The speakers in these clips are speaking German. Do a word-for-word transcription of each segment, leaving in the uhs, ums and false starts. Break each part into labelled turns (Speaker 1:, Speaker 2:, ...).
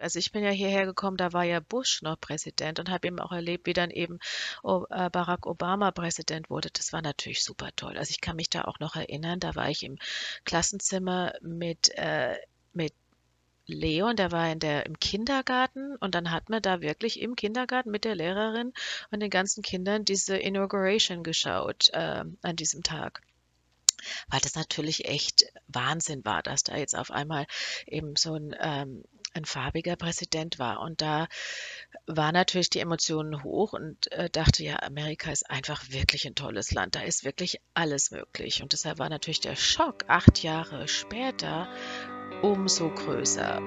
Speaker 1: Also ich bin ja hierher gekommen, da war ja Bush noch Präsident und habe eben auch erlebt, wie dann eben O- äh, Barack Obama Präsident wurde. Das war natürlich super toll. Also ich kann mich da auch noch erinnern, da war ich im Klassenzimmer mit, äh, mit Leon, der war in der, im Kindergarten und dann hat man da wirklich im Kindergarten mit der Lehrerin und den ganzen Kindern diese Inauguration geschaut, äh, an diesem Tag. Weil das natürlich echt Wahnsinn war, dass da jetzt auf einmal eben so ein, ähm, ein farbiger Präsident war. Und da war natürlich die Emotionen hoch und äh, dachte, ja, Amerika ist einfach wirklich ein tolles Land. Da ist wirklich alles möglich. Und deshalb war natürlich der Schock acht Jahre später umso größer.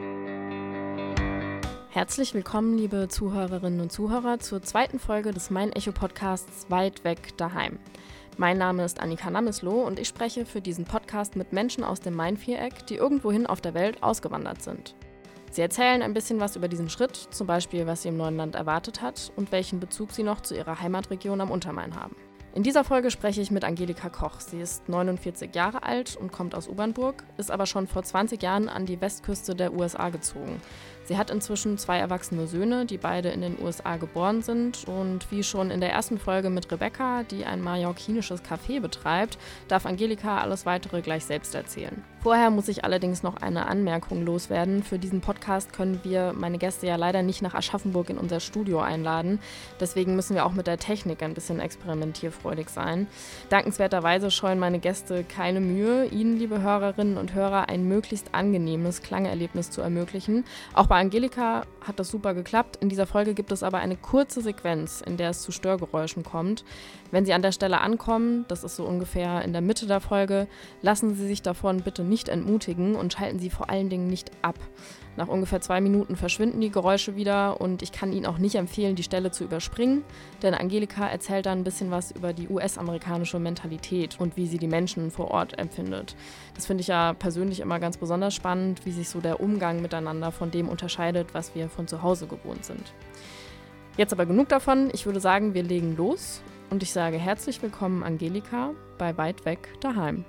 Speaker 2: Herzlich willkommen, liebe Zuhörerinnen und Zuhörer, zur zweiten Folge des Mein Echo Podcasts Weit weg daheim. Mein Name ist Annika Nammisloh und ich spreche für diesen Podcast mit Menschen aus dem Main-Viereck, die irgendwohin auf der Welt ausgewandert sind. Sie erzählen ein bisschen was über diesen Schritt, zum Beispiel, was sie im neuen Land erwartet hat und welchen Bezug sie noch zu ihrer Heimatregion am Untermain haben. In dieser Folge spreche ich mit Angelika Koch. Sie ist neunundvierzig Jahre alt und kommt aus Obernburg, ist aber schon vor zwanzig Jahren an die Westküste der U S A gezogen. Sie hat inzwischen zwei erwachsene Söhne, die beide in den U S A geboren sind. Und wie schon in der ersten Folge mit Rebecca, die ein mallorquinisches Café betreibt, darf Angelika alles Weitere gleich selbst erzählen. Vorher muss ich allerdings noch eine Anmerkung loswerden. Für diesen Podcast können wir meine Gäste ja leider nicht nach Aschaffenburg in unser Studio einladen. Deswegen müssen wir auch mit der Technik ein bisschen experimentierfreudig sein. Dankenswerterweise scheuen meine Gäste keine Mühe, Ihnen, liebe Hörerinnen und Hörer, ein möglichst angenehmes Klangerlebnis zu ermöglichen. Auch bei Angelika hat das super geklappt. In dieser Folge gibt es aber eine kurze Sequenz, in der es zu Störgeräuschen kommt. Wenn Sie an der Stelle ankommen, das ist so ungefähr in der Mitte der Folge, lassen Sie sich davon bitte nicht entmutigen und schalten Sie vor allen Dingen nicht ab. Nach ungefähr zwei Minuten verschwinden die Geräusche wieder und ich kann Ihnen auch nicht empfehlen, die Stelle zu überspringen, denn Angelika erzählt dann ein bisschen was über die U S-amerikanische Mentalität und wie sie die Menschen vor Ort empfindet. Das finde ich ja persönlich immer ganz besonders spannend, wie sich so der Umgang miteinander von dem unterscheidet, was wir von zu Hause gewohnt sind. Jetzt aber genug davon. Ich würde sagen, wir legen los und ich sage herzlich willkommen, Angelika, bei Weit weg daheim.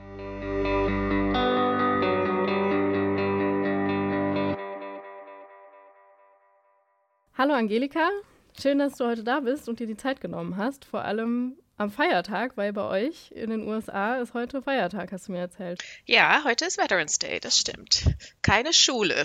Speaker 2: Hallo Angelika, schön, dass du heute da bist und dir die Zeit genommen hast, vor allem am Feiertag, weil bei euch in den U S A ist heute Feiertag, hast du mir erzählt.
Speaker 1: Ja, heute ist Veterans Day, das stimmt. Keine Schule.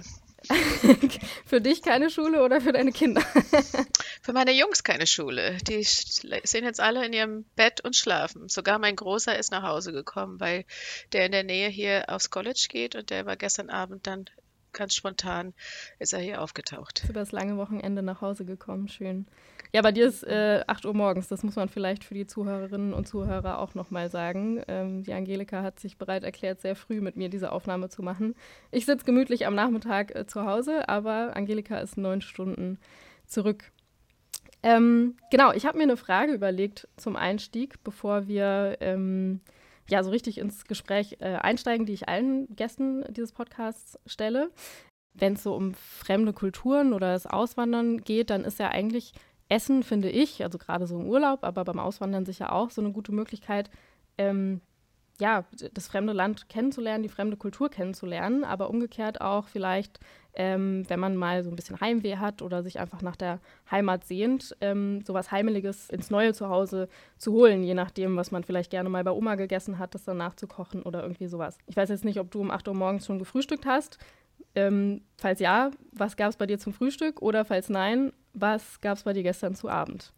Speaker 2: Für dich keine Schule oder für deine Kinder?
Speaker 1: Für meine Jungs keine Schule. Die sch- sind jetzt alle in ihrem Bett und schlafen. Sogar mein Großer ist nach Hause gekommen, weil der in der Nähe hier aufs College geht und der war gestern Abend dann ganz spontan, ist er hier aufgetaucht.
Speaker 2: Ist über das lange Wochenende nach Hause gekommen, schön. Ja, bei dir ist äh, acht Uhr morgens, das muss man vielleicht für die Zuhörerinnen und Zuhörer auch nochmal sagen. Ähm, die Angelika hat sich bereit erklärt, sehr früh mit mir diese Aufnahme zu machen. Ich sitze gemütlich am Nachmittag äh, zu Hause, aber Angelika ist neun Stunden zurück. Ähm, genau, ich habe mir eine Frage überlegt zum Einstieg, bevor wir ähm, ja so richtig ins Gespräch äh, einsteigen, die ich allen Gästen dieses Podcasts stelle. Wenn es so um fremde Kulturen oder das Auswandern geht, dann ist ja eigentlich Essen, finde ich, also gerade so im Urlaub, aber beim Auswandern sicher auch so eine gute Möglichkeit, ähm, ja, das fremde Land kennenzulernen, die fremde Kultur kennenzulernen, aber umgekehrt auch vielleicht, ähm, wenn man mal so ein bisschen Heimweh hat oder sich einfach nach der Heimat sehnt, ähm, sowas Heimeliges ins neue Zuhause zu holen, je nachdem, was man vielleicht gerne mal bei Oma gegessen hat, das dann nachzukochen oder irgendwie sowas. Ich weiß jetzt nicht, ob du um acht Uhr morgens schon gefrühstückt hast. Ähm, falls ja, was gab es bei dir zum Frühstück? Oder falls nein, was gab es bei dir gestern zu Abend?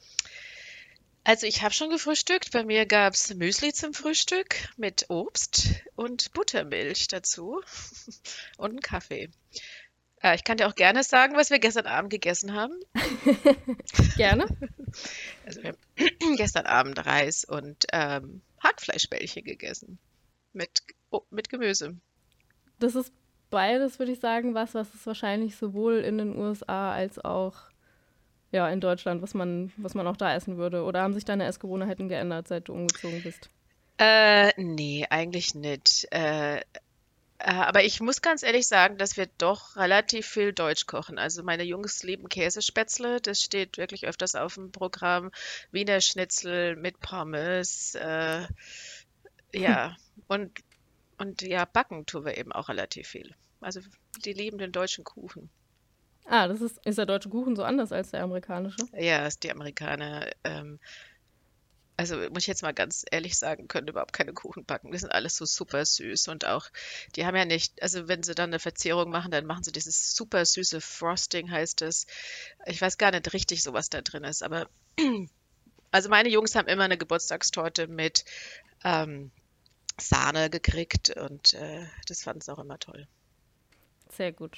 Speaker 1: Also ich habe schon gefrühstückt. Bei mir gab's Müsli zum Frühstück mit Obst und Buttermilch dazu und einen Kaffee. Äh, ich kann dir auch gerne sagen, was wir gestern Abend gegessen haben.
Speaker 2: Gerne.
Speaker 1: Also wir haben gestern Abend Reis und ähm, Hackfleischbällchen gegessen mit, oh, mit Gemüse.
Speaker 2: Das ist beides, würde ich sagen, was, was es wahrscheinlich sowohl in den U S A als auch ja, in Deutschland, was man, was man auch da essen würde. Oder haben sich deine Essgewohnheiten geändert, seit du umgezogen bist?
Speaker 1: Äh, nee, eigentlich nicht. Äh, äh, aber ich muss ganz ehrlich sagen, dass wir doch relativ viel Deutsch kochen. Also meine Jungs lieben Käsespätzle, das steht wirklich öfters auf dem Programm. Wiener Schnitzel mit Pommes, äh, ja, und, und ja, backen tun wir eben auch relativ viel. Also die lieben den deutschen Kuchen.
Speaker 2: Ah, das ist, ist der deutsche Kuchen so anders als der amerikanische?
Speaker 1: Ja, ist die Amerikaner, ähm, also muss ich jetzt mal ganz ehrlich sagen, können überhaupt keine Kuchen backen. Die sind alles so super süß und auch, die haben ja nicht, also wenn sie dann eine Verzierung machen, dann machen sie dieses super süße Frosting, heißt es. Ich weiß gar nicht richtig so, was da drin ist, aber also meine Jungs haben immer eine Geburtstagstorte mit ähm, Sahne gekriegt und äh, das fanden sie auch immer toll.
Speaker 2: Sehr gut.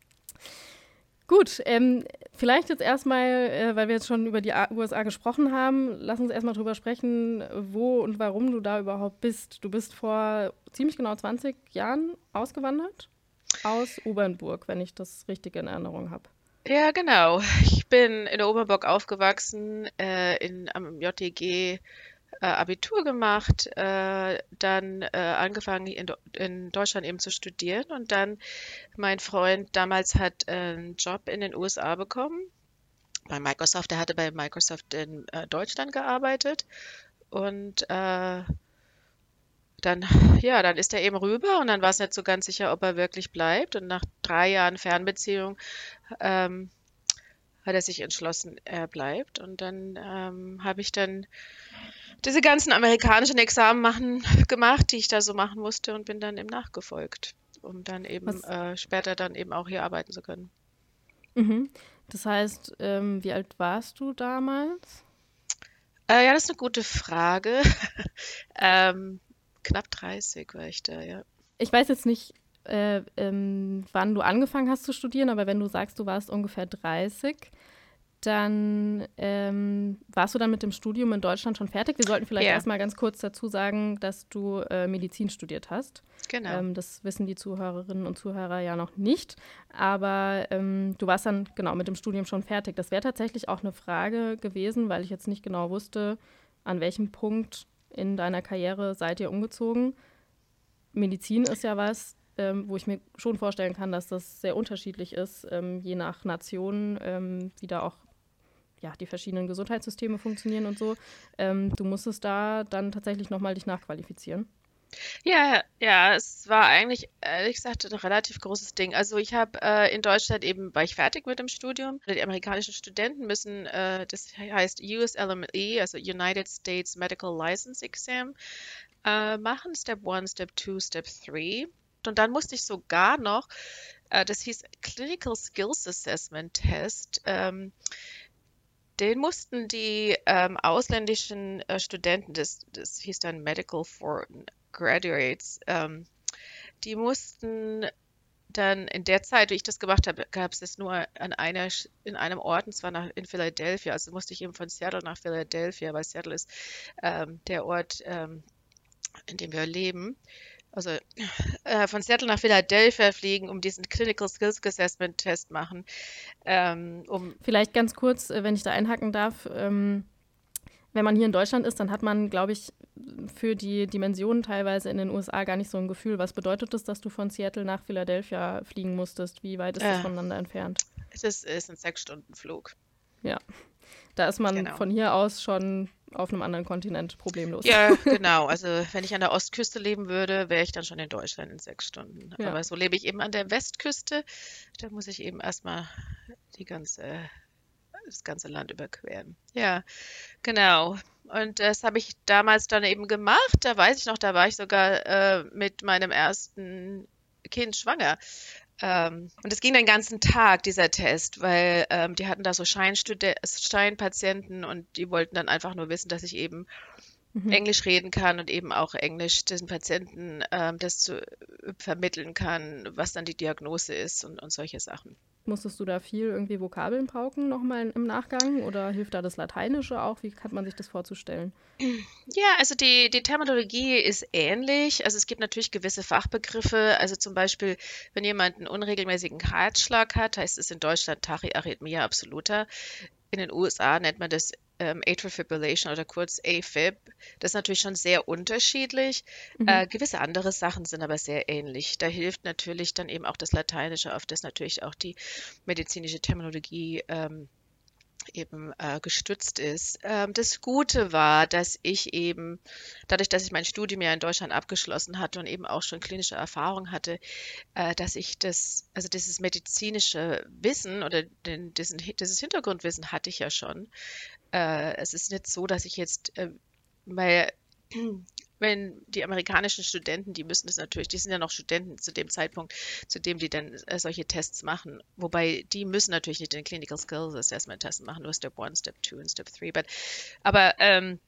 Speaker 2: Gut, ähm, vielleicht jetzt erstmal, äh, weil wir jetzt schon über die A- U S A gesprochen haben, lass uns erstmal drüber sprechen, wo und warum du da überhaupt bist. Du bist vor ziemlich genau zwanzig Jahren ausgewandert aus Obernburg, wenn ich das richtig in Erinnerung habe.
Speaker 1: Ja, genau. Ich bin in der Oberburg aufgewachsen, äh, in, am J T G äh, Abitur gemacht, äh, dann äh, angefangen in, Do- in Deutschland eben zu studieren und dann mein Freund damals hat äh, einen Job in den U S A bekommen bei Microsoft. Der hatte bei Microsoft in äh, Deutschland gearbeitet und äh, dann, ja, dann ist er eben rüber und dann war es nicht so ganz sicher, ob er wirklich bleibt. Und nach drei Jahren Fernbeziehung ähm, hat er sich entschlossen, er bleibt. Und dann ähm, habe ich dann diese ganzen amerikanischen Examen machen, gemacht, die ich da so machen musste und bin dann eben nachgefolgt, um dann eben
Speaker 2: Was,
Speaker 1: äh, später dann eben auch hier arbeiten zu können.
Speaker 2: mhm. Das heißt, ähm, wie alt warst du damals?
Speaker 1: Äh, ja, das ist eine gute Frage. ähm, knapp dreißig war ich da, ja.
Speaker 2: Ich weiß jetzt nicht, äh, ähm, wann du angefangen hast zu studieren, aber wenn du sagst, du warst ungefähr dreißig, dann ähm, warst du dann mit dem Studium in Deutschland schon fertig. Wir sollten vielleicht
Speaker 1: Ja,
Speaker 2: erstmal ganz kurz dazu sagen, dass du äh, Medizin studiert hast.
Speaker 1: genau.
Speaker 2: Ähm, das wissen die Zuhörerinnen und Zuhörer ja noch nicht. Aber ähm, du warst dann genau mit dem Studium schon fertig. Das wäre tatsächlich auch eine Frage gewesen, weil ich jetzt nicht genau wusste, an welchem Punkt in deiner Karriere seid ihr umgezogen. Medizin ist ja was, ähm, wo ich mir schon vorstellen kann, dass das sehr unterschiedlich ist, ähm, je nach Nation, ähm, wie da auch ja, die verschiedenen Gesundheitssysteme funktionieren und so. Ähm, du musstest da dann tatsächlich nochmal dich nachqualifizieren.
Speaker 1: Ja, ja, es war eigentlich, ehrlich gesagt, ein relativ großes Ding. Also ich habe äh, in Deutschland eben, war ich fertig mit dem Studium. Die amerikanischen Studenten müssen, äh, das heißt U S L M E, also United States Medical License Exam, äh, machen. Step eins, Step zwei, Step drei. Und dann musste ich sogar noch, äh, das hieß Clinical Skills Assessment Test, ähm, den mussten die ähm, ausländischen äh, Studenten, das, das hieß dann Medical for Graduates, ähm, die mussten dann in der Zeit, wie ich das gemacht habe, gab es das nur an einer, Sch- in einem Ort, und zwar nach, in Philadelphia. Also musste ich eben von Seattle nach Philadelphia, weil Seattle ist ähm, der Ort, ähm, in dem wir leben. Also äh, von Seattle nach Philadelphia fliegen, um diesen Clinical Skills Assessment Test machen, ähm, um
Speaker 2: Vielleicht ganz kurz, äh, wenn ich da einhaken darf. Ähm, wenn man hier in Deutschland ist, dann hat man, glaube ich, für die Dimensionen teilweise in den U S A gar nicht so ein Gefühl. Was bedeutet das, dass du von Seattle nach Philadelphia fliegen musstest? Wie weit ist das
Speaker 1: äh,
Speaker 2: voneinander entfernt?
Speaker 1: es ist, es ist ein Sechs-Stunden-Flug.
Speaker 2: Ja, da ist man
Speaker 1: Genau.
Speaker 2: von hier aus schon auf einem anderen Kontinent problemlos.
Speaker 1: Ja, genau. Also wenn ich an der Ostküste leben würde, wäre ich dann schon in Deutschland in sechs Stunden.
Speaker 2: Ja.
Speaker 1: Aber so lebe ich eben an der Westküste. Da muss ich eben erstmal die ganze, das ganze Land überqueren. Ja, genau. Und das habe ich damals dann eben gemacht. Da weiß ich noch, da war ich sogar äh, mit meinem ersten Kind schwanger. Ähm, und es ging den ganzen Tag, dieser Test, weil ähm, die hatten da so Scheinstuden Scheinpatienten und die wollten dann einfach nur wissen, dass ich eben
Speaker 2: Mhm.
Speaker 1: Englisch reden kann und eben auch Englisch diesen Patienten ähm, das zu äh, vermitteln kann, was dann die Diagnose ist und, und solche Sachen.
Speaker 2: Musstest du da viel irgendwie Vokabeln pauken nochmal im Nachgang oder hilft da das Lateinische auch? Wie hat man sich das vorzustellen?
Speaker 1: Ja, also die, die Terminologie ist ähnlich. Also es gibt natürlich gewisse Fachbegriffe. Also zum Beispiel, wenn jemand einen unregelmäßigen Herzschlag hat, heißt es in Deutschland Tachyarrhythmia absoluta. In den U S A nennt man das ähm, Atrial Fibrillation oder kurz A-Fib. Das ist natürlich schon sehr unterschiedlich.
Speaker 2: Mhm.
Speaker 1: Äh, gewisse andere Sachen sind aber sehr ähnlich. Da hilft natürlich dann eben auch das Lateinische, auf das natürlich auch die medizinische Terminologie ähm, eben äh, gestützt ist. Ähm, das Gute war, dass ich eben, dadurch, dass ich mein Studium ja in Deutschland abgeschlossen hatte und eben auch schon klinische Erfahrung hatte, äh, dass ich das, also dieses medizinische Wissen oder den, diesen, dieses Hintergrundwissen hatte ich ja schon. Äh, es ist nicht so, dass ich jetzt, äh, weil wenn die amerikanischen Studenten, die müssen das natürlich, die sind ja noch Studenten zu dem Zeitpunkt, zu dem die dann äh, solche Tests machen. Wobei die müssen natürlich nicht den Clinical Skills Assessment Test machen, nur Step eins, Step zwei und Step drei. But, aber ähm,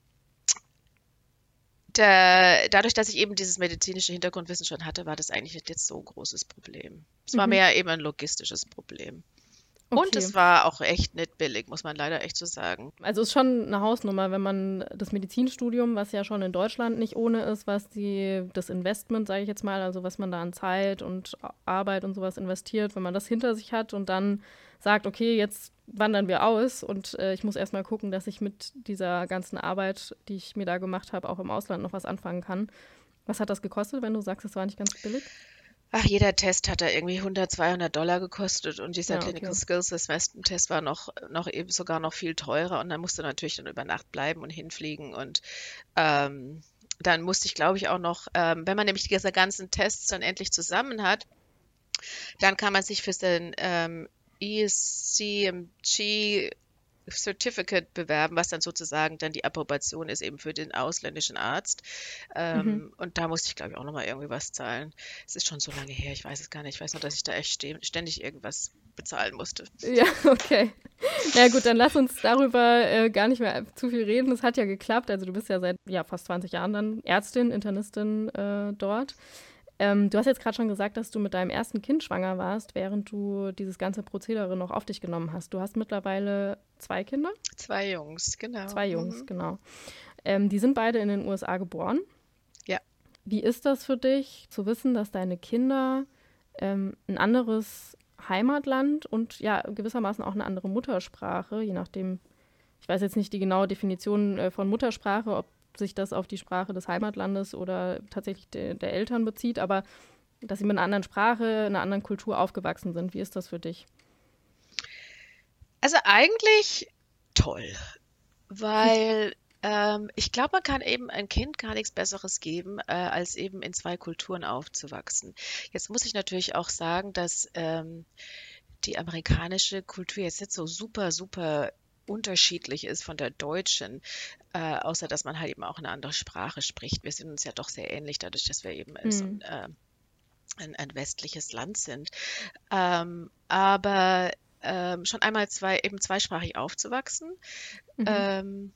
Speaker 1: da, dadurch, dass ich eben dieses medizinische Hintergrundwissen schon hatte, war das eigentlich nicht jetzt so ein großes Problem. Es war
Speaker 2: Mhm.
Speaker 1: mehr eben ein logistisches Problem. Und
Speaker 2: Okay.
Speaker 1: es war auch echt nicht billig, muss man leider echt so sagen.
Speaker 2: Also ist schon eine Hausnummer, wenn man das Medizinstudium, was ja schon in Deutschland nicht ohne ist, was die, das Investment, sage ich jetzt mal, also was man da an Zeit und Arbeit und sowas investiert, wenn man das hinter sich hat und dann sagt, okay, jetzt wandern wir aus und äh, ich muss erstmal gucken, dass ich mit dieser ganzen Arbeit, die ich mir da gemacht habe, auch im Ausland noch was anfangen kann. Was hat das gekostet, wenn du sagst, es war nicht ganz billig?
Speaker 1: Ach, jeder Test hat da irgendwie hundert, zweihundert Dollar gekostet und dieser
Speaker 2: Ja,
Speaker 1: Clinical
Speaker 2: okay.
Speaker 1: Skills Assessment Test war noch, noch eben sogar noch viel teurer und dann musst du natürlich dann über Nacht bleiben und hinfliegen und ähm, dann musste ich, glaube ich, auch noch, ähm, wenn man nämlich diese ganzen Tests dann endlich zusammen hat, dann kann man sich für den ähm, E S C M G Certificate bewerben, was dann sozusagen dann die Approbation ist eben für den ausländischen Arzt.
Speaker 2: Mhm.
Speaker 1: Ähm, und da musste ich, glaube ich, auch nochmal irgendwie was zahlen. Es ist schon so lange her, ich weiß es gar nicht. Ich weiß noch, dass ich da echt ste- ständig irgendwas bezahlen musste.
Speaker 2: Ja, okay. Na gut, dann lass uns darüber äh, gar nicht mehr zu viel reden. Es hat ja geklappt. Also du bist ja seit ja, fast zwanzig Jahren dann Ärztin, Internistin äh, dort. Ähm, du hast jetzt gerade schon gesagt, dass du mit deinem ersten Kind schwanger warst, während du dieses ganze Prozedere noch auf dich genommen hast. Du hast mittlerweile zwei Kinder?
Speaker 1: Zwei Jungs, genau.
Speaker 2: Zwei Jungs,
Speaker 1: Mhm.
Speaker 2: genau. Ähm, die sind beide in den U S A geboren.
Speaker 1: Ja.
Speaker 2: Wie ist das für dich, zu wissen, dass deine Kinder ähm, ein anderes Heimatland und ja gewissermaßen auch eine andere Muttersprache, je nachdem, ich weiß jetzt nicht die genaue Definition äh, von Muttersprache, ob sich das auf die Sprache des Heimatlandes oder tatsächlich de, der Eltern bezieht, aber dass sie mit einer anderen Sprache, einer anderen Kultur aufgewachsen sind. Wie ist das für dich?
Speaker 1: Also eigentlich toll, weil ähm, ich glaube, man kann eben ein Kind gar nichts Besseres geben, äh, als eben in zwei Kulturen aufzuwachsen. Jetzt muss ich natürlich auch sagen, dass ähm, die amerikanische Kultur jetzt nicht so super, super unterschiedlich ist von der deutschen, äh, außer dass man halt eben auch eine andere Sprache spricht. Wir sind uns ja doch sehr ähnlich, dadurch, dass wir eben so
Speaker 2: Hm.
Speaker 1: ein, äh, ein, ein westliches Land sind. Ähm, aber ähm, schon einmal zwei, eben zweisprachig aufzuwachsen,
Speaker 2: Mhm.
Speaker 1: ähm,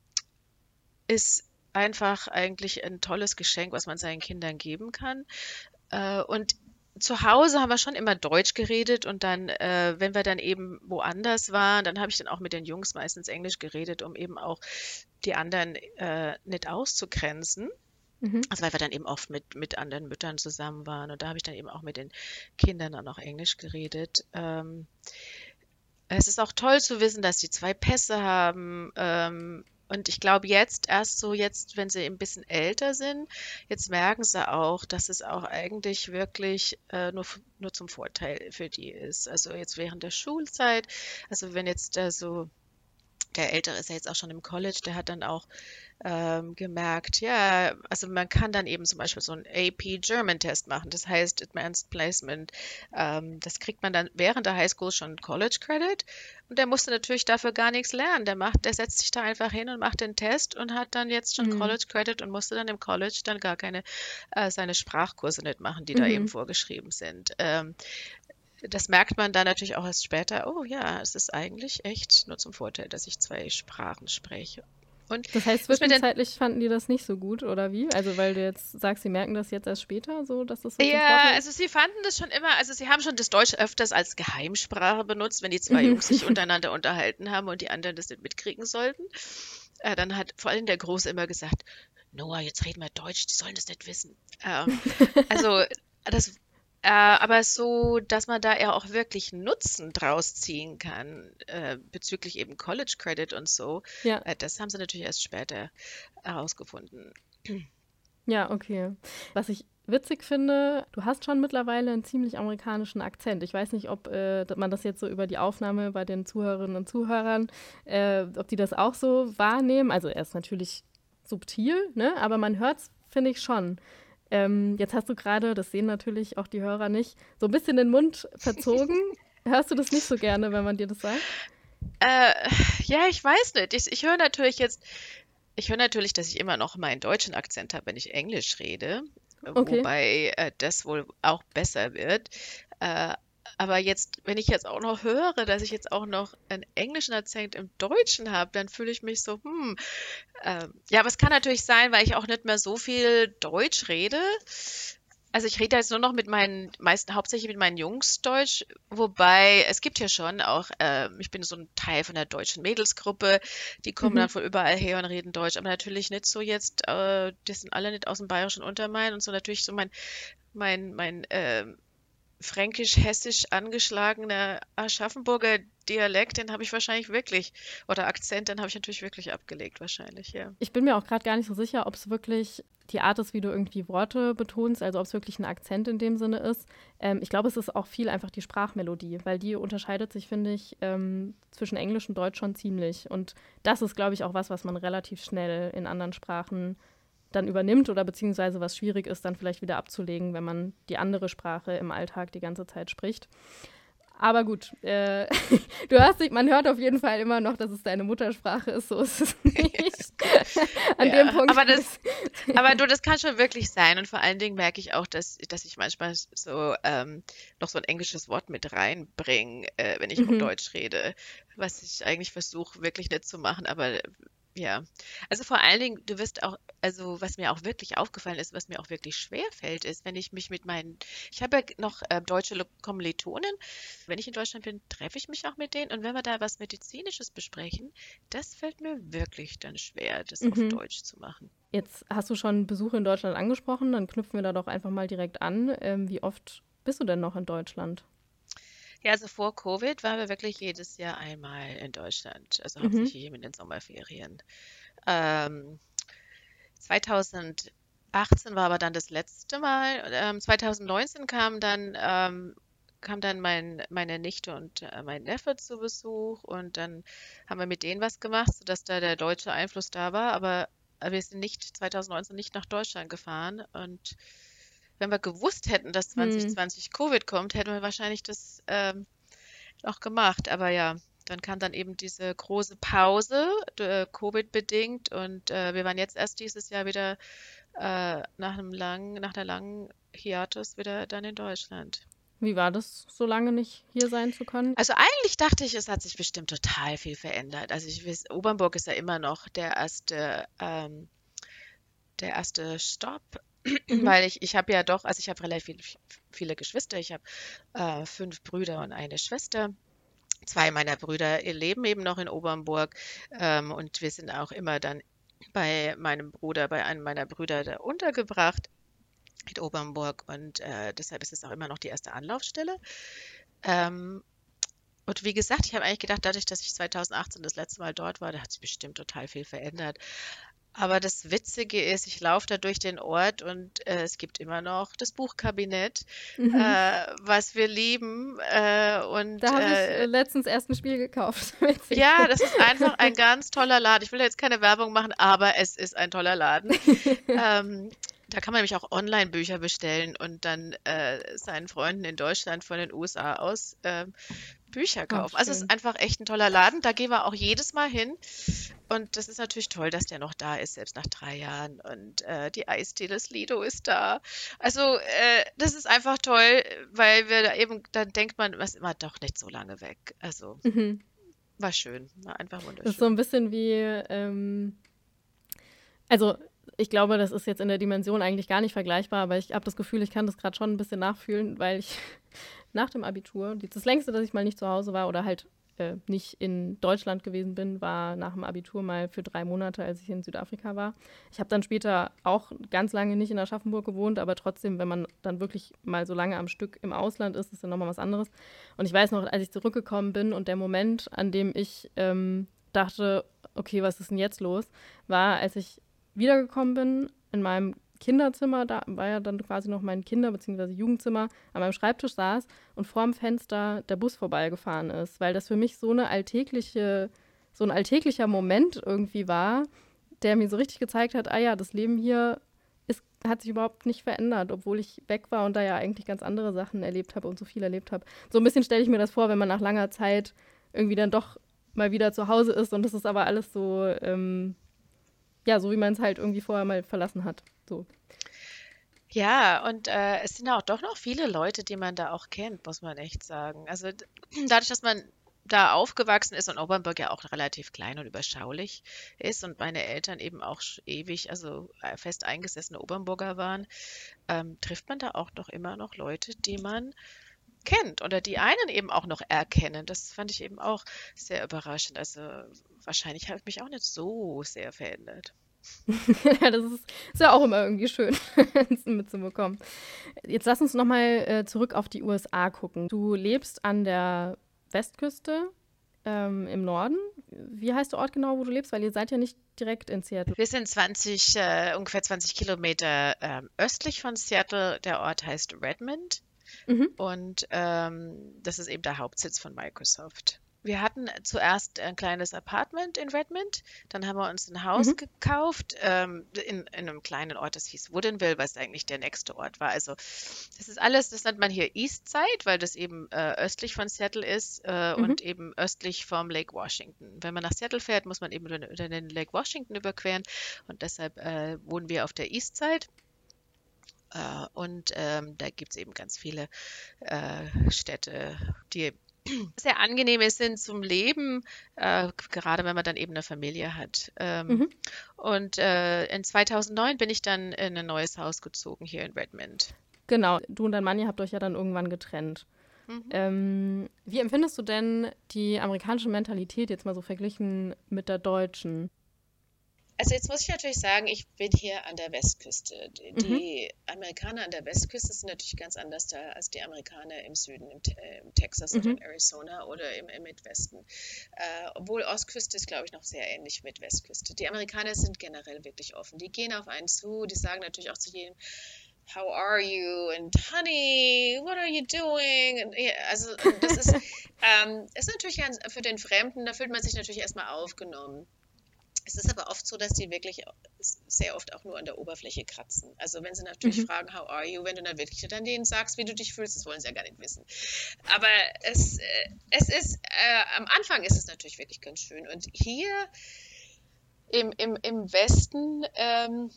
Speaker 1: ist einfach eigentlich ein tolles Geschenk, was man seinen Kindern geben kann. Äh, und zu Hause haben wir schon immer Deutsch geredet und dann, äh, wenn wir dann eben woanders waren, dann habe ich dann auch mit den Jungs meistens Englisch geredet, um eben auch die anderen äh, nicht auszugrenzen.
Speaker 2: Mhm.
Speaker 1: Also weil wir dann eben oft mit, mit anderen Müttern zusammen waren und da habe ich dann eben auch mit den Kindern dann auch Englisch geredet. Ähm, es ist auch toll zu wissen, dass sie zwei Pässe haben. Ähm, und ich glaube jetzt, erst so jetzt, wenn sie ein bisschen älter sind, jetzt merken sie auch, dass es auch eigentlich wirklich äh, nur, f- nur zum Vorteil für die ist. Also jetzt während der Schulzeit, also wenn jetzt äh, so, der Ältere ist ja jetzt auch schon im College, der hat dann auch ähm, gemerkt, ja, also man kann dann eben zum Beispiel so einen A P German Test machen, das heißt Advanced Placement. Ähm, das kriegt man dann während der Highschool schon College Credit und der musste natürlich dafür gar nichts lernen. Der macht, der setzt sich da einfach hin und macht den Test und hat dann jetzt schon
Speaker 2: Mhm.
Speaker 1: College Credit und musste dann im College dann gar keine äh, seine Sprachkurse nicht machen, die da eben
Speaker 2: Mhm.
Speaker 1: vorgeschrieben sind. Ähm, das merkt man dann natürlich auch erst später. Oh ja, es ist eigentlich echt nur zum Vorteil, dass ich zwei Sprachen spreche. Und
Speaker 2: Das heißt,
Speaker 1: das mit den
Speaker 2: zwischenzeitlich fanden die das nicht so gut, oder wie? Also, weil du jetzt sagst, sie merken das jetzt erst später, so, dass das so zum
Speaker 1: Ja,
Speaker 2: Vorteil ist?
Speaker 1: also sie fanden das schon immer, also sie haben schon das Deutsch öfters als Geheimsprache benutzt, wenn die zwei
Speaker 2: Mhm.
Speaker 1: Jungs sich untereinander unterhalten haben und die anderen das nicht mitkriegen sollten. Äh, dann hat vor allem der Große immer gesagt, Noah, jetzt reden wir Deutsch, die sollen das nicht wissen. Ähm, also das, äh, aber so, dass man da ja auch wirklich Nutzen draus ziehen kann, äh, bezüglich eben College Credit und so,
Speaker 2: Ja.
Speaker 1: äh, das haben sie natürlich erst später herausgefunden.
Speaker 2: Ja, okay. Was ich witzig finde, du hast schon mittlerweile einen ziemlich amerikanischen Akzent. Ich weiß nicht, ob äh, man das jetzt so über die Aufnahme bei den Zuhörerinnen und Zuhörern, äh, ob die das auch so wahrnehmen. Also er ist natürlich subtil, ne? Aber man hört es, finde ich, schon. Ähm, jetzt hast du gerade, das sehen natürlich auch die Hörer nicht, so ein bisschen den Mund verzogen. Hörst du das nicht so gerne, wenn man dir das sagt?
Speaker 1: Äh, ja, ich weiß nicht. Ich, ich höre natürlich jetzt, ich höre natürlich, dass ich immer noch meinen deutschen Akzent habe, wenn ich Englisch rede,
Speaker 2: Okay.
Speaker 1: wobei äh, das wohl auch besser wird. Äh, aber jetzt, wenn ich jetzt auch noch höre, dass ich jetzt auch noch einen englischen Akzent im Deutschen habe, dann fühle ich mich so, hm, ähm, ja, aber es kann natürlich sein, weil ich auch nicht mehr so viel Deutsch rede. Also ich rede jetzt nur noch mit meinen, meisten hauptsächlich mit meinen Jungs Deutsch, wobei es gibt ja schon auch, äh, ich bin so ein Teil von der deutschen Mädelsgruppe, die kommen
Speaker 2: Mhm.
Speaker 1: dann von überall her und reden Deutsch, aber natürlich nicht so jetzt, äh, das sind alle nicht aus dem Bayerischen Untermain und so natürlich so mein, mein, mein äh, fränkisch-hessisch angeschlagener Aschaffenburger Dialekt, den habe ich wahrscheinlich wirklich, oder Akzent, den habe ich natürlich wirklich abgelegt, wahrscheinlich, ja.
Speaker 2: Ich bin mir auch gerade gar nicht so sicher, ob es wirklich die Art ist, wie du irgendwie Worte betonst, also ob es wirklich ein Akzent in dem Sinne ist. Ähm, ich glaube, es ist auch viel einfach die Sprachmelodie, weil die unterscheidet sich, finde ich, ähm, zwischen Englisch und Deutsch schon ziemlich. Und das ist, glaube ich, auch was, was man relativ schnell in anderen Sprachen dann übernimmt oder beziehungsweise was schwierig ist, dann vielleicht wieder abzulegen, wenn man die andere Sprache im Alltag die ganze Zeit spricht. Aber gut, äh, du hörst dich, man hört auf jeden Fall immer noch, dass es deine Muttersprache ist, so ist es nicht. An dem
Speaker 1: Ja,
Speaker 2: Punkt.
Speaker 1: aber das, aber du, das kann schon wirklich sein. Und vor allen Dingen merke ich auch, dass, dass ich manchmal so ähm, noch so ein englisches Wort mit reinbringe, äh, wenn ich auch
Speaker 2: Mhm.
Speaker 1: Deutsch rede, was ich eigentlich versuche wirklich nicht zu machen. Aber ja, also vor allen Dingen, du wirst auch, also was mir auch wirklich aufgefallen ist, was mir auch wirklich schwer fällt, ist, wenn ich mich mit meinen, ich habe ja noch äh, deutsche Lo- Kommilitonen, wenn ich in Deutschland bin, treffe ich mich auch mit denen und wenn wir da was Medizinisches besprechen, das fällt mir wirklich dann schwer, das auf
Speaker 2: Mhm.
Speaker 1: Deutsch zu machen.
Speaker 2: Jetzt hast du schon Besuche in Deutschland angesprochen, dann knüpfen wir da doch einfach mal direkt an. Ähm, wie oft bist du denn noch in Deutschland?
Speaker 1: Ja, also vor Covid waren wir wirklich jedes Jahr einmal in Deutschland, also
Speaker 2: Mhm.
Speaker 1: hauptsächlich eben in den Sommerferien. Ähm, zweitausendachtzehn war aber dann das letzte Mal. Ähm, zwanzig neunzehn kam dann, ähm, kam dann mein, meine Nichte und äh, mein Neffe zu Besuch und dann haben wir mit denen was gemacht, sodass da der deutsche Einfluss da war. Aber wir sind nicht zwanzig neunzehn nicht nach Deutschland gefahren. Und wenn wir gewusst hätten, dass
Speaker 2: Hm.
Speaker 1: zwanzig zwanzig Covid kommt, hätten wir wahrscheinlich das ähm, auch gemacht. Aber ja, dann kam dann eben diese große Pause, äh, Covid-bedingt. Und äh, wir waren jetzt erst dieses Jahr wieder äh, nach einem langen, nach einer langen Hiatus wieder dann in Deutschland.
Speaker 2: Wie war das, so lange nicht hier sein zu können?
Speaker 1: Also eigentlich dachte ich, es hat sich bestimmt total viel verändert. Also ich weiß, Obernburg ist ja immer noch der erste, ähm, der erste Stopp,
Speaker 2: Mhm.
Speaker 1: weil ich, ich habe ja doch, also ich habe relativ viele Geschwister. Ich habe äh, fünf Brüder und eine Schwester. Zwei meiner Brüder leben eben noch in Obernburg ähm, und wir sind auch immer dann bei meinem Bruder, bei einem meiner Brüder da untergebracht in Obernburg und äh, deshalb ist es auch immer noch die erste Anlaufstelle. Ähm, und wie gesagt, ich habe eigentlich gedacht, dadurch, dass ich zwanzig achtzehn das letzte Mal dort war, da hat sich bestimmt total viel verändert. Aber das Witzige ist, ich laufe da durch den Ort und äh, es gibt immer noch das Buchkabinett,
Speaker 2: Mhm.
Speaker 1: äh, was wir lieben. Äh, und
Speaker 2: Da habe ich äh,
Speaker 1: äh,
Speaker 2: letztens erst ein Spiel gekauft. Witzig.
Speaker 1: ja, das ist einfach ein ganz toller Laden. Ich will jetzt keine Werbung machen, aber es ist ein toller Laden. Ähm, da kann man nämlich auch Online-Bücher bestellen und dann äh, seinen Freunden in Deutschland von den U S A aus ähm, Bücher
Speaker 2: Oh,
Speaker 1: kaufen. Also es ist
Speaker 2: schön.
Speaker 1: einfach echt ein toller Laden. Da gehen wir auch jedes Mal hin. Und das ist natürlich toll, dass der noch da ist, selbst nach drei Jahren. Und äh, die Eisdiele, das Lido ist da. Also äh, das ist einfach toll, weil wir da eben, dann denkt man, was immer doch nicht so lange weg. Also
Speaker 2: Mhm.
Speaker 1: war schön, war einfach
Speaker 2: Das ist so ein
Speaker 1: wunderschön.
Speaker 2: bisschen wie, ähm, also ich glaube, das ist jetzt in der Dimension eigentlich gar nicht vergleichbar, aber ich habe das Gefühl, ich kann das gerade schon ein bisschen nachfühlen, weil ich nach dem Abitur, die- das längste, dass ich mal nicht zu Hause war oder halt äh, nicht in Deutschland gewesen bin, war nach dem Abitur mal für drei Monate, als ich in Südafrika war. Ich habe dann später auch ganz lange nicht in Aschaffenburg gewohnt, aber trotzdem, wenn man dann wirklich mal so lange am Stück im Ausland ist, ist dann nochmal was anderes. Und ich weiß noch, als ich zurückgekommen bin und der Moment, an dem ich ähm, dachte, okay, was ist denn jetzt los, war, als ich wiedergekommen bin in meinem Kinderzimmer, da war ja dann quasi noch mein Kinder- bzw. Jugendzimmer, an meinem Schreibtisch saß und vor dem Fenster der Bus vorbeigefahren ist, weil das für mich so eine alltägliche, so ein alltäglicher Moment irgendwie war, der mir so richtig gezeigt hat, ah ja, das Leben hier ist, hat sich überhaupt nicht verändert, obwohl ich weg war und da ja eigentlich ganz andere Sachen erlebt habe und so viel erlebt habe. So ein bisschen stelle ich mir das vor, wenn man nach langer Zeit irgendwie dann doch mal wieder zu Hause ist und das ist aber alles so, ähm, ja, so wie man es halt irgendwie vorher mal verlassen hat. So.
Speaker 1: Ja, und äh, es sind auch doch noch viele Leute, die man da auch kennt, muss man echt sagen. Also d- dadurch, dass man da aufgewachsen ist und Obernburg ja auch relativ klein und überschaulich ist und meine Eltern eben auch sch- ewig, also äh, fest eingesessene Obernburger waren, ähm, trifft man da auch doch immer noch Leute, die man kennt oder die einen eben auch noch erkennen. Das fand ich eben auch sehr überraschend. Also wahrscheinlich habe ich mich auch nicht so sehr verändert.
Speaker 2: Ja, das ist, ist ja auch immer irgendwie schön mitzubekommen. Jetzt lass uns nochmal äh, zurück auf die U S A gucken. Du lebst an der Westküste ähm, im Norden. Wie heißt der Ort genau, wo du lebst? Weil ihr seid ja nicht direkt in Seattle.
Speaker 1: Wir sind zwanzig, äh, ungefähr zwanzig Kilometer ähm, östlich von Seattle. Der Ort heißt Redmond
Speaker 2: Mhm.
Speaker 1: und ähm, das ist eben der Hauptsitz von Microsoft. Wir hatten zuerst ein kleines Apartment in Redmond, dann haben wir uns ein Haus
Speaker 2: Mhm.
Speaker 1: gekauft ähm, in, in einem kleinen Ort, das hieß Woodinville, was eigentlich der nächste Ort war. Also das ist alles, das nennt man hier Eastside, weil das eben äh, östlich von Seattle ist äh,
Speaker 2: Mhm.
Speaker 1: und eben östlich vom Lake Washington. Wenn man nach Seattle fährt, muss man eben über, über den Lake Washington überqueren und deshalb äh, wohnen wir auf der Eastside. Äh, und ähm, da gibt es eben ganz viele äh, Städte, die sehr angenehm sind zum Leben, äh, gerade wenn man dann eben eine Familie hat. Ähm,
Speaker 2: Mhm.
Speaker 1: und äh, in zweitausendneun bin ich dann in ein neues Haus gezogen hier in Redmond.
Speaker 2: Genau, du und dein Mann, ihr habt euch ja dann irgendwann getrennt.
Speaker 1: Mhm.
Speaker 2: Ähm, wie empfindest du denn die amerikanische Mentalität jetzt mal so verglichen mit der deutschen?
Speaker 1: Also jetzt muss ich natürlich sagen, ich bin hier an der Westküste. Die,
Speaker 2: Mhm.
Speaker 1: die Amerikaner an der Westküste sind natürlich ganz anders da als die Amerikaner im Süden, im, Te- äh, im Texas oder
Speaker 2: Mhm.
Speaker 1: in Arizona oder im, im Midwesten. Äh, obwohl Ostküste ist, glaube ich, noch sehr ähnlich mit Westküste. Die Amerikaner sind generell wirklich offen. Die gehen auf einen zu, die sagen natürlich auch zu jedem, How are you? And honey, what are you doing? Und, ja, also und das ist, ähm, ist natürlich ganz, für den Fremden, da fühlt man sich natürlich erstmal aufgenommen. Es ist aber oft so, dass die wirklich sehr oft auch nur an der Oberfläche kratzen. Also wenn sie natürlich
Speaker 2: Mhm.
Speaker 1: fragen, how are you, wenn du dann wirklich dann denen sagst, wie du dich fühlst, das wollen sie ja gar nicht wissen. Aber es, äh, es ist, äh, am Anfang ist es natürlich wirklich ganz schön. Und hier im, im, im Westen ähm,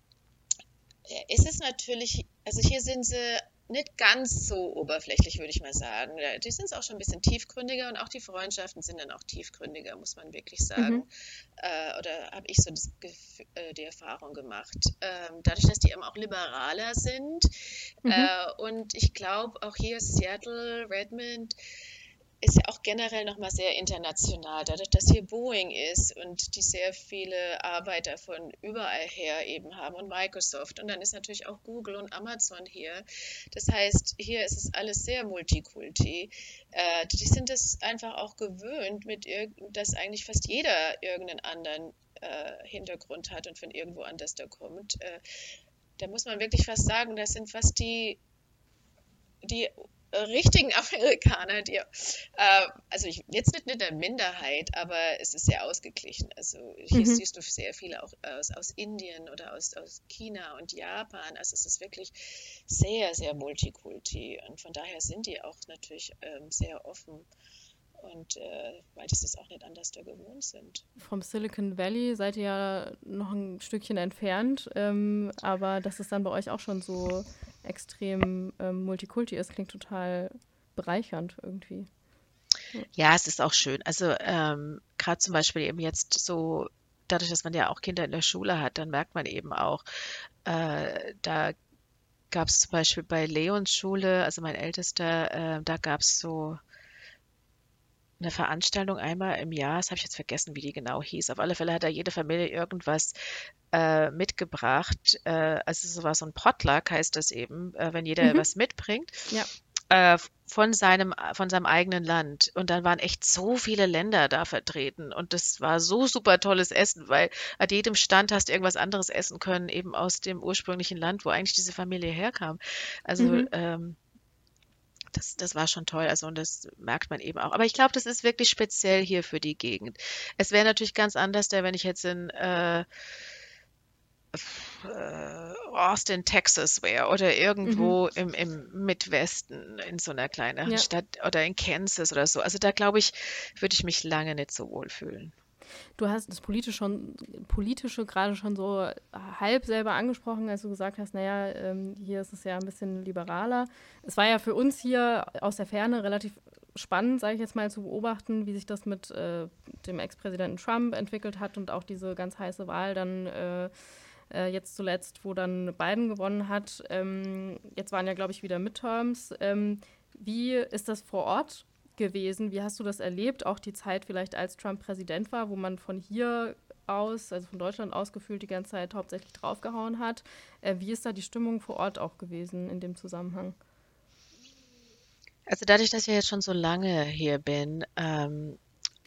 Speaker 1: ist es natürlich, also hier sind sie nicht ganz so oberflächlich, würde ich mal sagen. Die sind auch schon ein bisschen tiefgründiger und auch die Freundschaften sind dann auch tiefgründiger, muss man wirklich
Speaker 2: Mhm.
Speaker 1: sagen. Äh, oder habe ich so das, äh, die Erfahrung gemacht. Ähm, dadurch, dass die eben auch liberaler sind.
Speaker 2: Mhm.
Speaker 1: Äh, und ich glaube, auch hier Seattle, Redmond, ist ja auch generell nochmal sehr international, dadurch, dass hier Boeing ist und die sehr viele Arbeiter von überall her eben haben und Microsoft und dann ist natürlich auch Google und Amazon hier. Das heißt, hier ist es alles sehr multikulti. Äh, die sind es einfach auch gewöhnt, mit dass eigentlich fast jeder irgendeinen anderen äh, Hintergrund hat und von irgendwo anders da kommt. Äh, da muss man wirklich fast sagen, das sind fast die die richtigen Amerikaner, die, äh, also ich, jetzt nicht in der Minderheit, aber es ist sehr ausgeglichen. Also hier
Speaker 2: Mhm.
Speaker 1: siehst du sehr viele auch aus, aus Indien oder aus, aus China und Japan. Also es ist wirklich sehr, sehr multikulti und von daher sind die auch natürlich ähm, sehr offen. Und äh, weil die es auch nicht anders da gewohnt sind.
Speaker 2: Vom Silicon Valley seid ihr ja noch ein Stückchen entfernt, ähm, aber dass es dann bei euch auch schon so extrem ähm, Multikulti ist, klingt total bereichernd irgendwie.
Speaker 1: Ja, es ist auch schön. Also ähm, gerade zum Beispiel eben jetzt so, dadurch, dass man ja auch Kinder in der Schule hat, dann merkt man eben auch, äh, da gab es zum Beispiel bei Leons Schule, also mein Ältester, äh, da gab es so eine Veranstaltung einmal im Jahr, das habe ich jetzt vergessen, wie die genau hieß. Auf alle Fälle hat da jede Familie irgendwas äh, mitgebracht. Äh, also so war so ein Potluck, heißt das eben, äh, wenn jeder
Speaker 2: Mhm.
Speaker 1: was mitbringt.
Speaker 2: Ja.
Speaker 1: Äh, von seinem, von seinem eigenen Land. Und dann waren echt so viele Länder da vertreten. Und das war so super tolles Essen, weil an jedem Stand hast du irgendwas anderes essen können, eben aus dem ursprünglichen Land, wo eigentlich diese Familie herkam. Also
Speaker 2: Mhm.
Speaker 1: ähm, das, das war schon toll. Also und das merkt man eben auch. Aber ich glaube, das ist wirklich speziell hier für die Gegend. Es wäre natürlich ganz anders, da wenn ich jetzt in äh, äh, Austin, Texas wäre oder
Speaker 2: Mhm.
Speaker 1: irgendwo im, im Midwesten in so einer kleineren
Speaker 2: Ja.
Speaker 1: Stadt oder in Kansas oder so. Also da glaube ich, würde ich mich lange nicht so wohl fühlen.
Speaker 2: Du hast das Politische schon, Politische gerade schon so halb selber angesprochen, als du gesagt hast, naja, ähm, hier ist es ja ein bisschen liberaler. Es war ja für uns hier aus der Ferne relativ spannend, sage ich jetzt mal, zu beobachten, wie sich das mit äh, dem Ex-Präsidenten Trump entwickelt hat und auch diese ganz heiße Wahl dann äh, äh, jetzt zuletzt, wo dann Biden gewonnen hat. Ähm, jetzt waren ja, glaube ich, wieder Midterms. Ähm, wie ist das vor Ort gewesen? Wie hast du das erlebt? Auch die Zeit vielleicht, als Trump Präsident war, wo man von hier aus, also von Deutschland aus gefühlt die ganze Zeit hauptsächlich draufgehauen hat. Äh, wie ist da die Stimmung vor Ort auch gewesen in dem Zusammenhang?
Speaker 1: Also dadurch, dass ich ja jetzt schon so lange hier bin, ähm,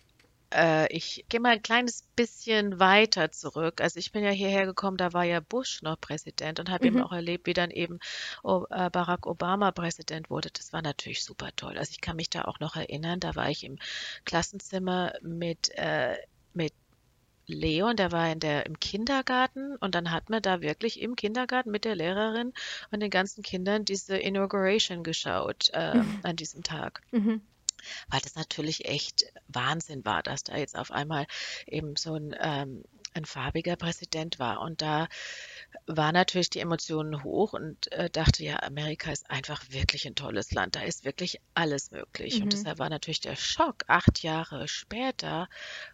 Speaker 1: äh, ich gehe mal ein kleines bisschen weiter zurück. Also ich bin ja hierher gekommen, da war ja Bush noch Präsident und habe eben
Speaker 2: Mhm.
Speaker 1: auch erlebt, wie dann eben O- äh, Barack Obama Präsident wurde. Das war natürlich super toll. Also ich kann mich da auch noch erinnern, da war ich im Klassenzimmer mit, äh, mit Leon, der war in der, im Kindergarten und dann hat man da wirklich im Kindergarten mit der Lehrerin und den ganzen Kindern diese Inauguration geschaut ähm, an diesem Tag,
Speaker 2: Mhm.
Speaker 1: weil das natürlich echt Wahnsinn war, dass da jetzt auf einmal eben so ein, ähm, ein farbiger Präsident war. Und da war natürlich die Emotionen hoch und äh, dachte, ja, Amerika ist einfach wirklich ein tolles Land. Da ist wirklich alles möglich. Und
Speaker 2: Mhm.
Speaker 1: deshalb war natürlich der Schock acht Jahre später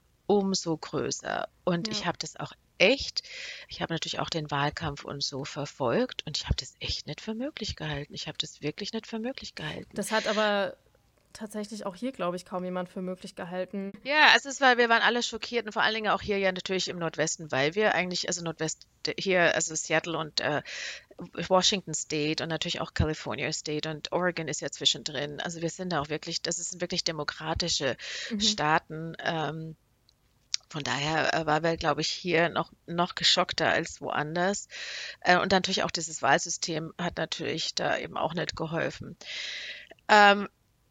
Speaker 1: umso größer. Und
Speaker 2: Ja.
Speaker 1: ich habe das auch echt, ich habe natürlich auch den Wahlkampf und so verfolgt und ich habe das echt nicht für möglich gehalten. Ich habe das wirklich nicht für möglich gehalten.
Speaker 2: Das hat aber tatsächlich auch hier, glaube ich, kaum jemand für möglich gehalten.
Speaker 1: Ja, also es war, wir waren alle schockiert und vor allen Dingen auch hier ja natürlich im Nordwesten, weil wir eigentlich, also Nordwest hier, also Seattle und äh, Washington State und natürlich auch California State und Oregon ist ja zwischendrin. Also wir sind da auch wirklich, das sind wirklich demokratische
Speaker 2: Mhm.
Speaker 1: Staaten. Ähm, von daher äh, waren wir, glaube ich, hier noch, noch geschockter als woanders. Äh, und natürlich auch dieses Wahlsystem hat natürlich da eben auch nicht geholfen. Ähm,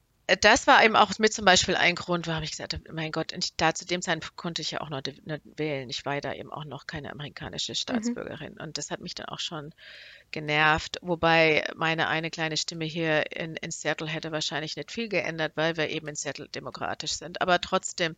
Speaker 1: Das war eben auch mit zum Beispiel ein Grund, warum ich gesagt habe, mein Gott, ich, da zu dem Zeitpunkt konnte ich ja auch noch nicht wählen. Ich war da eben auch noch keine amerikanische
Speaker 2: Mhm.
Speaker 1: Staatsbürgerin. Und das hat mich dann auch schon genervt. Wobei meine eine kleine Stimme hier in, in Seattle hätte wahrscheinlich nicht viel geändert, weil wir eben in Seattle demokratisch sind. Aber trotzdem,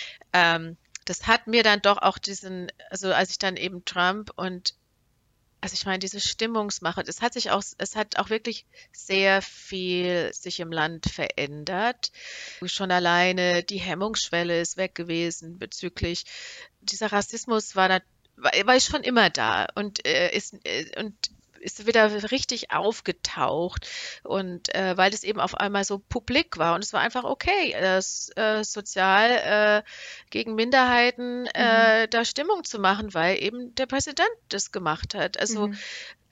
Speaker 1: ähm, das hat mir dann doch auch diesen, also als ich dann eben Trump und also ich meine, diese Stimmungsmache, das hat sich auch, es hat auch wirklich sehr viel sich im Land verändert. Schon alleine die Hemmungsschwelle ist weg gewesen bezüglich dieser Rassismus war da, war, war schon immer da und äh, ist äh, und ist wieder richtig aufgetaucht und äh, weil es eben auf einmal so publik war und es war einfach okay, das, äh, sozial äh, gegen Minderheiten
Speaker 2: Mhm.
Speaker 1: äh, da Stimmung zu machen, weil eben der Präsident das gemacht hat. Also
Speaker 2: Mhm.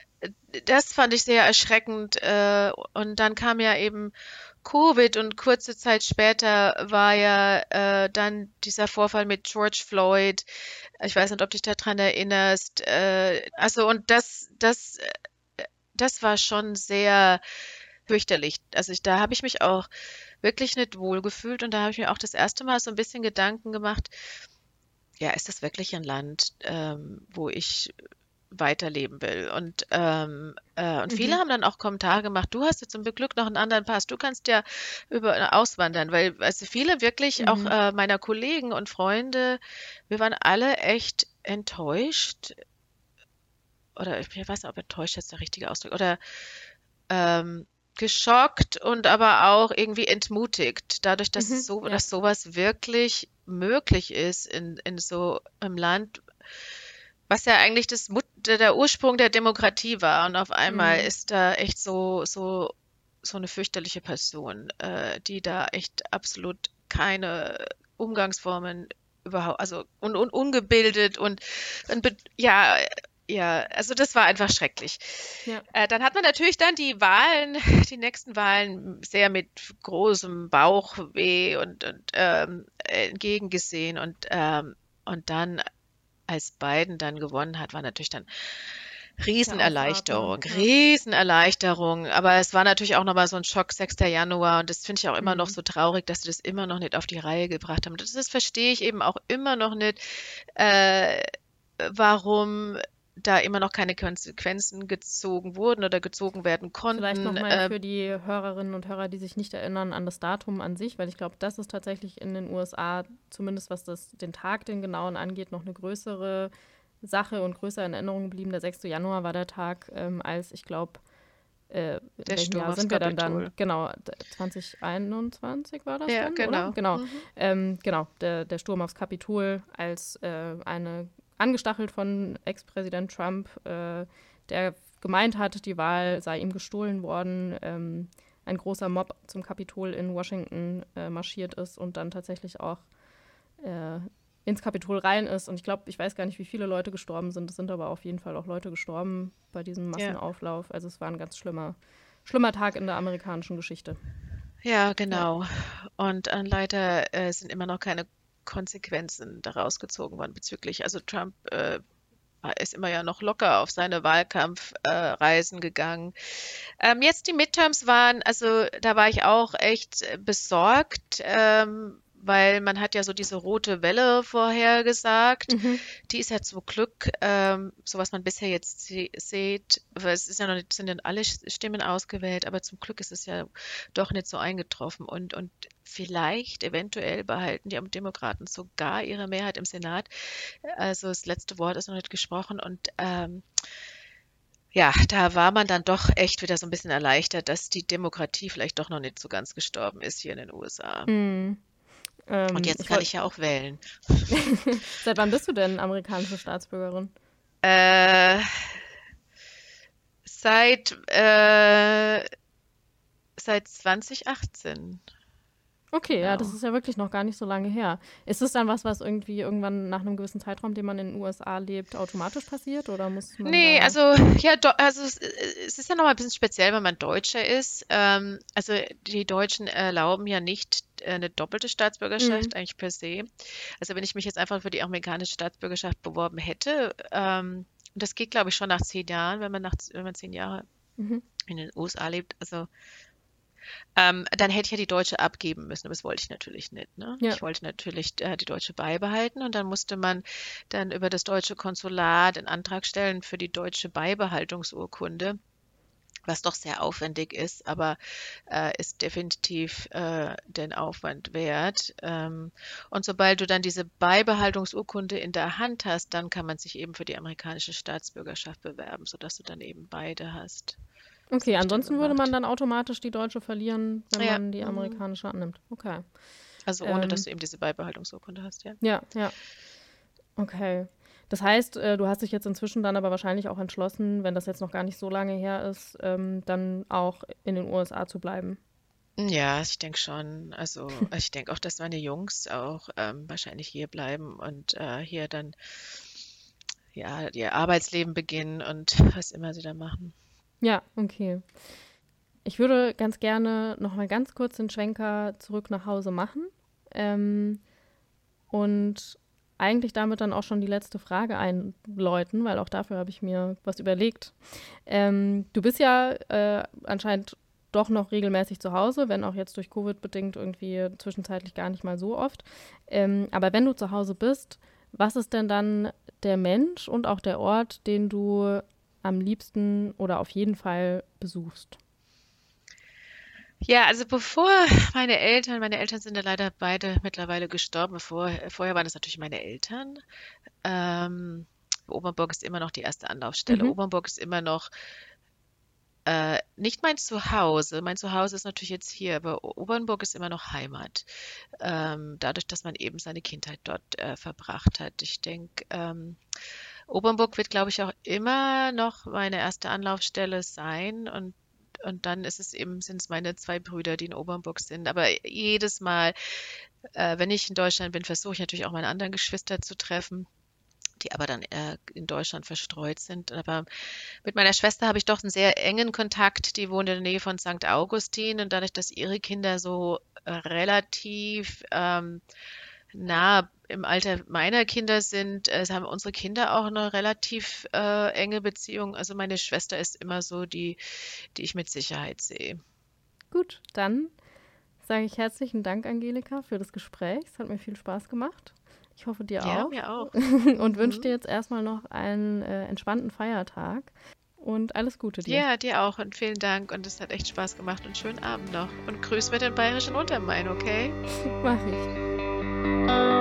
Speaker 1: das fand ich sehr erschreckend. Äh, und dann kam ja eben Covid und kurze Zeit später war ja äh, dann dieser Vorfall mit George Floyd. Ich weiß nicht, ob du dich daran erinnerst. Äh, also und das, das, das war schon sehr fürchterlich. Also ich, da habe ich mich auch wirklich nicht wohl gefühlt und da habe ich mir auch das erste Mal so ein bisschen Gedanken gemacht, ja, ist das wirklich ein Land, ähm, wo ich weiterleben will. Und, ähm, äh, und viele
Speaker 2: Mhm.
Speaker 1: haben dann auch Kommentare gemacht, du hast jetzt zum Glück noch einen anderen Pass, du kannst ja über äh, auswandern, weil also viele wirklich, auch
Speaker 2: Mhm.
Speaker 1: äh, meiner Kollegen und Freunde, wir waren alle echt enttäuscht, oder ich weiß nicht, ob enttäuscht jetzt der richtige Ausdruck, oder ähm, geschockt und aber auch irgendwie entmutigt, dadurch, dass es
Speaker 2: Mhm.
Speaker 1: so,
Speaker 2: Ja.
Speaker 1: dass sowas wirklich möglich ist in, in so einem Land, was ja eigentlich das Mut der Ursprung der Demokratie war. Und auf einmal
Speaker 2: Mhm.
Speaker 1: ist da echt so, so, so eine fürchterliche Person, äh, die da echt absolut keine Umgangsformen überhaupt, also und, und ungebildet und, und be- ja, Ja, also das war einfach schrecklich.
Speaker 2: Ja.
Speaker 1: Äh, dann hat man natürlich dann die Wahlen, die nächsten Wahlen sehr mit großem Bauchweh und, und ähm, entgegengesehen und ähm, und dann, als Biden dann gewonnen hat, war natürlich dann
Speaker 2: Der Aufatmen.
Speaker 1: Riesenerleichterung,
Speaker 2: Ja.
Speaker 1: Riesenerleichterung. Aber es war natürlich auch nochmal so ein Schock, sechster Januar. Und das finde ich auch immer noch
Speaker 2: Mhm.
Speaker 1: so traurig, dass sie das immer noch nicht auf die Reihe gebracht haben. Das, das verstehe ich eben auch immer noch nicht, äh, warum da immer noch keine Konsequenzen gezogen wurden oder gezogen werden
Speaker 2: Vielleicht
Speaker 1: konnten.
Speaker 2: nochmal
Speaker 1: Äh,
Speaker 2: für die Hörerinnen und Hörer, die sich nicht erinnern an das Datum an sich, weil ich glaube, das ist tatsächlich in den U S A, zumindest was das, den Tag, den genauen angeht, noch eine größere Sache und größer in Erinnerung geblieben. Der sechster Januar war der Tag, ähm, als ich glaube, äh, in
Speaker 1: der
Speaker 2: welchem
Speaker 1: Sturm
Speaker 2: Jahr
Speaker 1: aufs
Speaker 2: sind wir dann dann?
Speaker 1: Kapitol.
Speaker 2: Genau, d- zwanzig einundzwanzig war das
Speaker 1: Ja,
Speaker 2: dann, oder?
Speaker 1: genau.
Speaker 2: Genau,
Speaker 1: Mhm.
Speaker 2: ähm, genau, der, der Sturm aufs Kapitol, als äh, eine, angestachelt von Ex-Präsident Trump, äh, der gemeint hat, die Wahl sei ihm gestohlen worden, ähm, ein großer Mob zum Kapitol in Washington äh, marschiert ist und dann tatsächlich auch äh, ins Kapitol rein ist. Und ich glaube, ich weiß gar nicht, wie viele Leute gestorben sind. Es sind aber auf jeden Fall auch Leute gestorben bei diesem
Speaker 1: Ja.
Speaker 2: Massenauflauf. Also es war ein ganz schlimmer, schlimmer Tag in der amerikanischen Geschichte.
Speaker 1: Ja,
Speaker 2: Ja.
Speaker 1: genau. Und äh, leider äh, sind immer noch keine Konsequenzen daraus gezogen worden bezüglich. Also Trump äh, war- ist immer ja noch locker auf seine Wahlkampfreisen äh, Reisen gegangen. Ähm, jetzt die Midterms waren, also da war ich auch echt äh, besorgt, ähm, weil man hat ja so diese rote Welle vorhergesagt.
Speaker 2: Mhm.
Speaker 1: Die ist ja zum Glück, ähm, so was man bisher jetzt se sieht, weil es ist ja noch nicht, sind ja alle Stimmen ausgewählt, aber zum Glück ist es ja doch nicht so eingetroffen. Und, und vielleicht, eventuell behalten die Demokraten sogar ihre Mehrheit im Senat. Also das letzte Wort ist noch nicht gesprochen. Und ähm, ja, da war man dann doch echt wieder so ein bisschen erleichtert, dass die Demokratie vielleicht doch noch nicht so ganz gestorben ist hier in den U S A.
Speaker 2: Mhm.
Speaker 1: Und
Speaker 2: Ähm,
Speaker 1: jetzt
Speaker 2: ich
Speaker 1: kann
Speaker 2: wollt,
Speaker 1: ich ja auch wählen.
Speaker 2: Seit wann bist du denn amerikanische Staatsbürgerin?
Speaker 1: Äh, seit, äh, seit zwanzig achtzehn,
Speaker 2: Okay, ja, das
Speaker 1: genau.
Speaker 2: ist ja wirklich noch gar nicht so lange her. Ist es dann was, was irgendwie irgendwann nach einem gewissen Zeitraum, den man in den U S A lebt, automatisch passiert oder muss man
Speaker 1: Nee,
Speaker 2: da...
Speaker 1: also ja, do, also es, es ist ja nochmal ein bisschen speziell, wenn man Deutscher ist. Ähm, also die Deutschen erlauben ja nicht äh, eine doppelte
Speaker 2: Mhm.
Speaker 1: Staatsbürgerschaft eigentlich per se. Also wenn ich mich jetzt einfach für die amerikanische Staatsbürgerschaft beworben hätte, ähm, und das geht, glaube ich, schon nach zehn Jahren, wenn man nach, wenn man zehn Jahre
Speaker 2: Mhm.
Speaker 1: in den U S A lebt, also ähm, dann hätte ich ja die deutsche abgeben müssen, aber das wollte ich natürlich nicht, ne?
Speaker 2: Ja.
Speaker 1: Ich wollte natürlich äh, die deutsche beibehalten und dann musste man dann über das deutsche Konsulat einen Antrag stellen für die deutsche Beibehaltungsurkunde, was doch sehr aufwendig ist, aber äh, ist definitiv äh, den Aufwand wert. Ähm, und sobald du dann diese Beibehaltungsurkunde in der Hand hast, dann kann man sich eben für die amerikanische Staatsbürgerschaft bewerben, sodass du dann eben beide hast. Das
Speaker 2: Okay,
Speaker 1: habe ich dann
Speaker 2: ansonsten würde man
Speaker 1: gemacht.
Speaker 2: dann automatisch die deutsche verlieren, wenn
Speaker 1: Ja,
Speaker 2: man die
Speaker 1: mhm.
Speaker 2: amerikanische annimmt. Okay.
Speaker 1: Also ohne, dass
Speaker 2: Ähm,
Speaker 1: du eben diese Beibehaltungsurkunde hast, ja.
Speaker 2: ja, ja, okay. Das heißt, äh, du hast dich jetzt inzwischen dann aber wahrscheinlich auch entschlossen, wenn das jetzt noch gar nicht so lange her ist, ähm, dann auch in den U S A zu bleiben.
Speaker 1: Ja, ich denke schon. Also ich denke auch, dass meine Jungs auch ähm, wahrscheinlich hier bleiben und äh, hier dann ja ihr Arbeitsleben beginnen und was immer sie da machen.
Speaker 2: Ja, okay. Ich würde ganz gerne noch mal ganz kurz den Schwenker zurück nach Hause machen. Ähm, und eigentlich damit dann auch schon die letzte Frage einläuten, weil auch dafür habe ich mir was überlegt. Ähm, du bist ja äh, anscheinend doch noch regelmäßig zu Hause, wenn auch jetzt durch Covid bedingt irgendwie zwischenzeitlich gar nicht mal so oft. Ähm, aber wenn du zu Hause bist, was ist denn dann der Mensch und auch der Ort, den du am liebsten oder auf jeden Fall besuchst?
Speaker 1: Ja, also bevor meine Eltern, meine Eltern sind ja leider beide mittlerweile gestorben, bevor, vorher waren es natürlich meine Eltern. Ähm, Obernburg ist immer noch die erste Anlaufstelle.
Speaker 2: Mhm.
Speaker 1: Obernburg ist immer noch Äh, nicht mein Zuhause. Mein Zuhause ist natürlich jetzt hier, aber Obernburg ist immer noch Heimat. Ähm, dadurch, dass man eben seine Kindheit dort äh, verbracht hat. Ich denke, ähm, Obernburg wird, glaube ich, auch immer noch meine erste Anlaufstelle sein und und dann ist es eben, sind es meine zwei Brüder, die in Obernburg sind. Aber jedes Mal, äh, wenn ich in Deutschland bin, versuche ich natürlich auch meine anderen Geschwister zu treffen. die aber dann äh, in Deutschland verstreut sind. Aber mit meiner Schwester habe ich doch einen sehr engen Kontakt. Die wohnt in der Nähe von Sankt Augustin und dadurch, dass ihre Kinder so äh, relativ ähm, nah im Alter meiner Kinder sind, äh, haben unsere Kinder auch eine relativ äh, enge Beziehung. Also meine Schwester ist immer so die, die ich mit Sicherheit sehe.
Speaker 2: Gut, dann sage ich herzlichen Dank, Angelika, für das Gespräch. Es hat mir viel Spaß gemacht. Ich hoffe, dir
Speaker 1: Ja,
Speaker 2: auch.
Speaker 1: mir auch.
Speaker 2: Und wünsche
Speaker 1: Mhm.
Speaker 2: dir jetzt erstmal noch einen äh, entspannten Feiertag und alles Gute dir.
Speaker 1: Ja, dir auch und vielen Dank und es hat echt Spaß gemacht und schönen Abend noch. Und grüß mir den bayerischen Untermain, okay?
Speaker 2: Mach ich.